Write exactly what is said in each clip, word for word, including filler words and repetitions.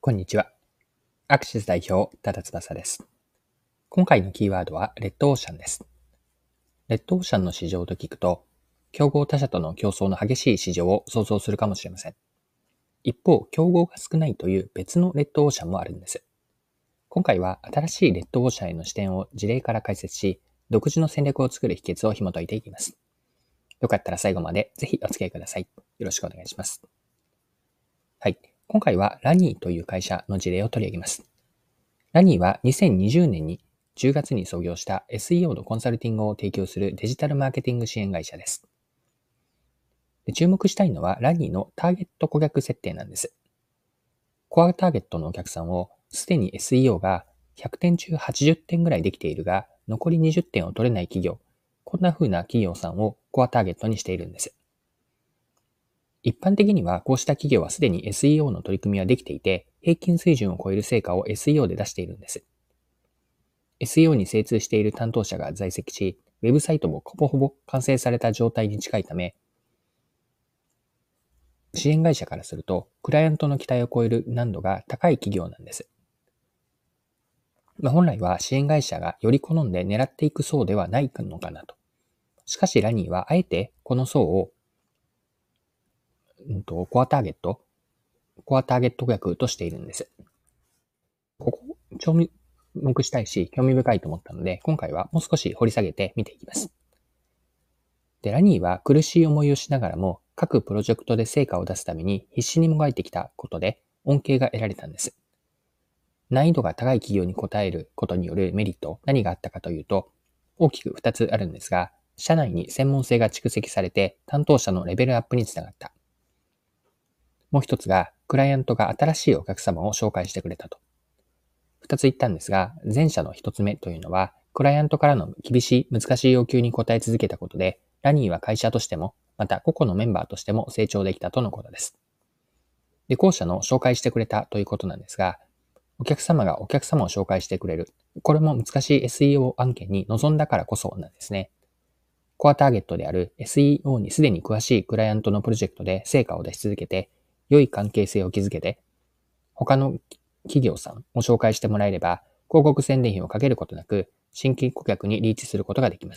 こんにちは。アクシス代表、多田翼です。今回のキーワードは、レッドオーシャンです。レッドオーシャンの市場と聞くと、競合他社との競争の激しい市場を想像するかもしれません。一方、競合が少ないという別のレッドオーシャンもあるんです。今回は新しいレッドオーシャンへの視点を事例から解説し、独自の戦略を作る秘訣を紐解いていきます。よかったら最後までぜひお付き合いください。よろしくお願いします。はい。今回はラニーという会社の事例を取り上げます。ラニーはにせんにじゅうねんにじゅうがつに創業した エスイーオー のコンサルティングを提供するデジタルマーケティング支援会社です。で注目したいのはラニーのターゲット顧客設定なんです。コアターゲットのお客さんをすでに エスイーオー がひゃくてん中はちじゅってんぐらいできているが、残りにじゅってんを取れない企業、こんな風な企業さんをコアターゲットにしているんです。一般的にはこうした企業はすでに エスイーオー の取り組みはできていて、平均水準を超える成果を エスイーオー で出しているんです。エスイーオー に精通している担当者が在籍し、ウェブサイトもほぼほぼ完成された状態に近いため、支援会社からすると、クライアントの期待を超える難度が高い企業なんです。まあ、本来は支援会社がより好んで狙っていく層ではないのかなと。しかしラニーはあえてこの層を、うんと、コアターゲット、コアターゲット顧客としているんです。ここ、注目したいし、興味深いと思ったので、今回はもう少し掘り下げて見ていきます。で、ラニーは苦しい思いをしながらも、各プロジェクトで成果を出すために必死にもがいてきたことで、恩恵が得られたんです。難易度が高い企業に応えることによるメリット、何があったかというと、大きくふたつあるんですが、社内に専門性が蓄積されて、担当者のレベルアップにつながった。もう一つが、クライアントが新しいお客様を紹介してくれたと。二つ言ったんですが、前者の一つ目というのは、クライアントからの厳しい、難しい要求に応え続けたことで、ラニーは会社としても、また個々のメンバーとしても成長できたとのことです。で、後者の紹介してくれたということなんですが、お客様がお客様を紹介してくれる。これも難しい エスイーオー 案件に臨んだからこそなんですね。コアターゲットである エスイーオー にすでに詳しいクライアントのプロジェクトで成果を出し続けて、良い関係性を築けて、他の企業さんを紹介してもらえれば、広告宣伝費をかけることなく、新規顧客にリーチすることができます。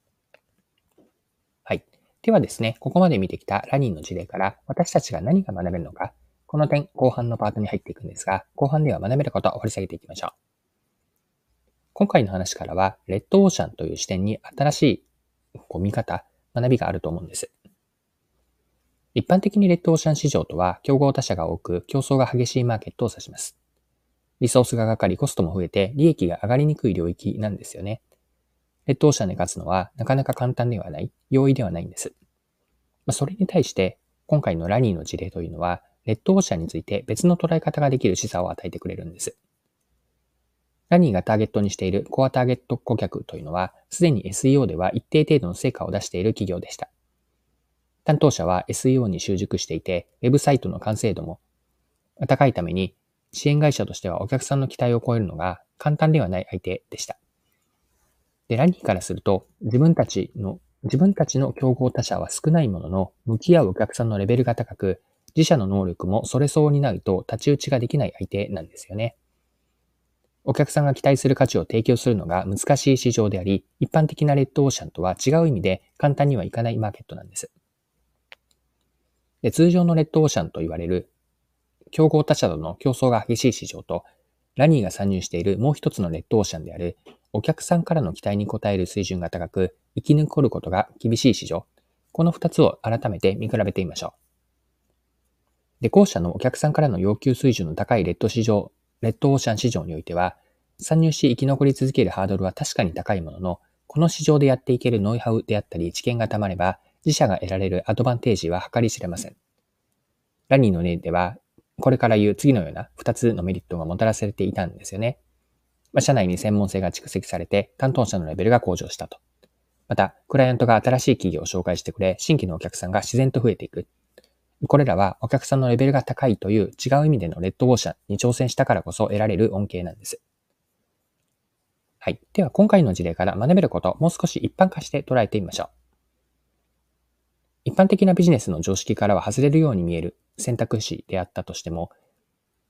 はい。ではですね、ここまで見てきたラニーの事例から私たちが何が学べるのか、この点、後半のパートに入っていくんですが、後半では学べることを掘り下げていきましょう。今回の話からは、レッドオーシャンという視点に新しいこう見方、学びがあると思うんです。一般的にレッドオーシャン市場とは、競合他社が多く、競争が激しいマーケットを指します。リソースがかかり、コストも増えて、利益が上がりにくい領域なんですよね。レッドオーシャンで勝つのは、なかなか簡単ではない、容易ではないんです。まあ、それに対して、今回のラニーの事例というのは、レッドオーシャンについて別の捉え方ができる示唆を与えてくれるんです。ラニーがターゲットにしているコアターゲット顧客というのは、すでに エスイーオー では一定程度の成果を出している企業でした。担当者は エスイーオー に習熟していて、ウェブサイトの完成度も高いために、支援会社としてはお客さんの期待を超えるのが簡単ではない相手でした。で、ラニーからすると、自分たちの自分たちの競合他社は少ないものの、向き合うお客さんのレベルが高く、自社の能力もそれ相応になると太刀打ちができない相手なんですよね。お客さんが期待する価値を提供するのが難しい市場であり、一般的なレッドオーシャンとは違う意味で簡単にはいかないマーケットなんです。で、通常のレッドオーシャンと言われる、競合他社との競争が激しい市場と、ラニーが参入しているもう一つのレッドオーシャンである、お客さんからの期待に応える水準が高く、生き残ることが厳しい市場。この二つを改めて見比べてみましょう。で、後者のお客さんからの要求水準の高いレッド市場、レッドオーシャン市場においては、参入し生き残り続けるハードルは確かに高いものの、この市場でやっていけるノウハウであったり知見がたまれば、自社が得られるアドバンテージは計り知れません。ラニーの例では、これから言う次のようなふたつのメリットがもたらされていたんですよね。まあ、社内に専門性が蓄積されて、担当者のレベルが向上したと。また、クライアントが新しい企業を紹介してくれ、新規のお客さんが自然と増えていく。これらはお客さんのレベルが高いという違う意味でのレッドオーシャンに挑戦したからこそ得られる恩恵なんです。はい。では、今回の事例から学べること、もう少し一般化して捉えてみましょう。一般的なビジネスの常識からは外れるように見える選択肢であったとしても、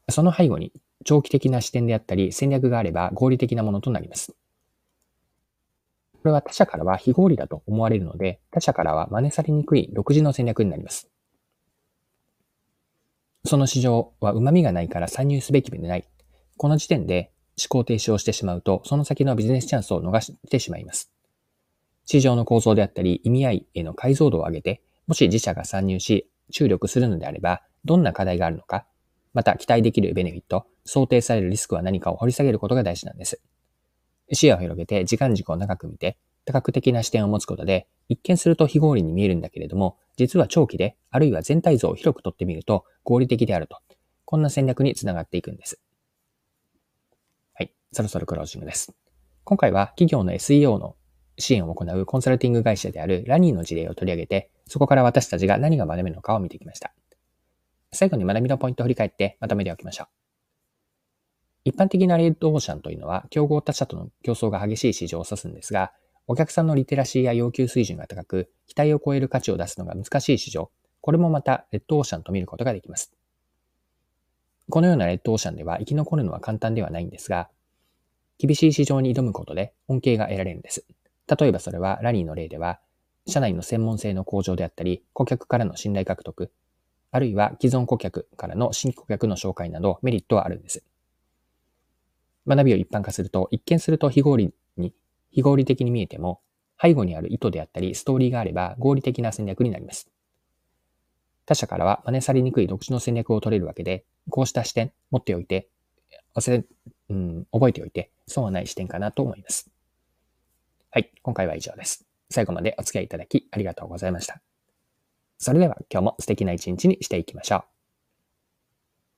その背後に長期的な視点であったり戦略があれば合理的なものとなります。これは他者からは非合理だと思われるので、他者からは真似されにくい独自の戦略になります。その市場は旨味がないから参入すべきでない。この時点で思考停止をしてしまうと、その先のビジネスチャンスを逃してしまいます。市場の構造であったり意味合いへの解像度を上げて、もし自社が参入し、注力するのであれば、どんな課題があるのか、また期待できるベネフィット、想定されるリスクは何かを掘り下げることが大事なんです。視野を広げて時間軸を長く見て、多角的な視点を持つことで、一見すると非合理に見えるんだけれども、実は長期で、あるいは全体像を広く取ってみると合理的であると。こんな戦略につながっていくんです。はい、そろそろクロージングです。今回は企業の エスイーオー の支援を行うコンサルティング会社であるラニーの事例を取り上げて、そこから私たちが何が学べるのかを見てきました。最後に学びのポイントを振り返ってまとめておきましょう。一般的なレッドオーシャンというのは、競合他社との競争が激しい市場を指すんですが、お客さんのリテラシーや要求水準が高く、期待を超える価値を出すのが難しい市場、これもまたレッドオーシャンと見ることができます。このようなレッドオーシャンでは生き残るのは簡単ではないんですが、厳しい市場に挑むことで恩恵が得られるんです。例えばそれはラニーの例では、社内の専門性の向上であったり、顧客からの信頼獲得、あるいは既存顧客からの新顧客の紹介などメリットはあるんです。学びを一般化すると、一見すると非合理に、非合理的に見えても、背後にある意図であったり、ストーリーがあれば合理的な戦略になります。他者からは真似されにくい独自の戦略を取れるわけで、こうした視点、持っておいて、忘れ、うん、覚えておいて、損はない視点かなと思います。はい、今回は以上です。最後までお付き合いいただきありがとうございました。それでは今日も素敵な一日にしていきましょう。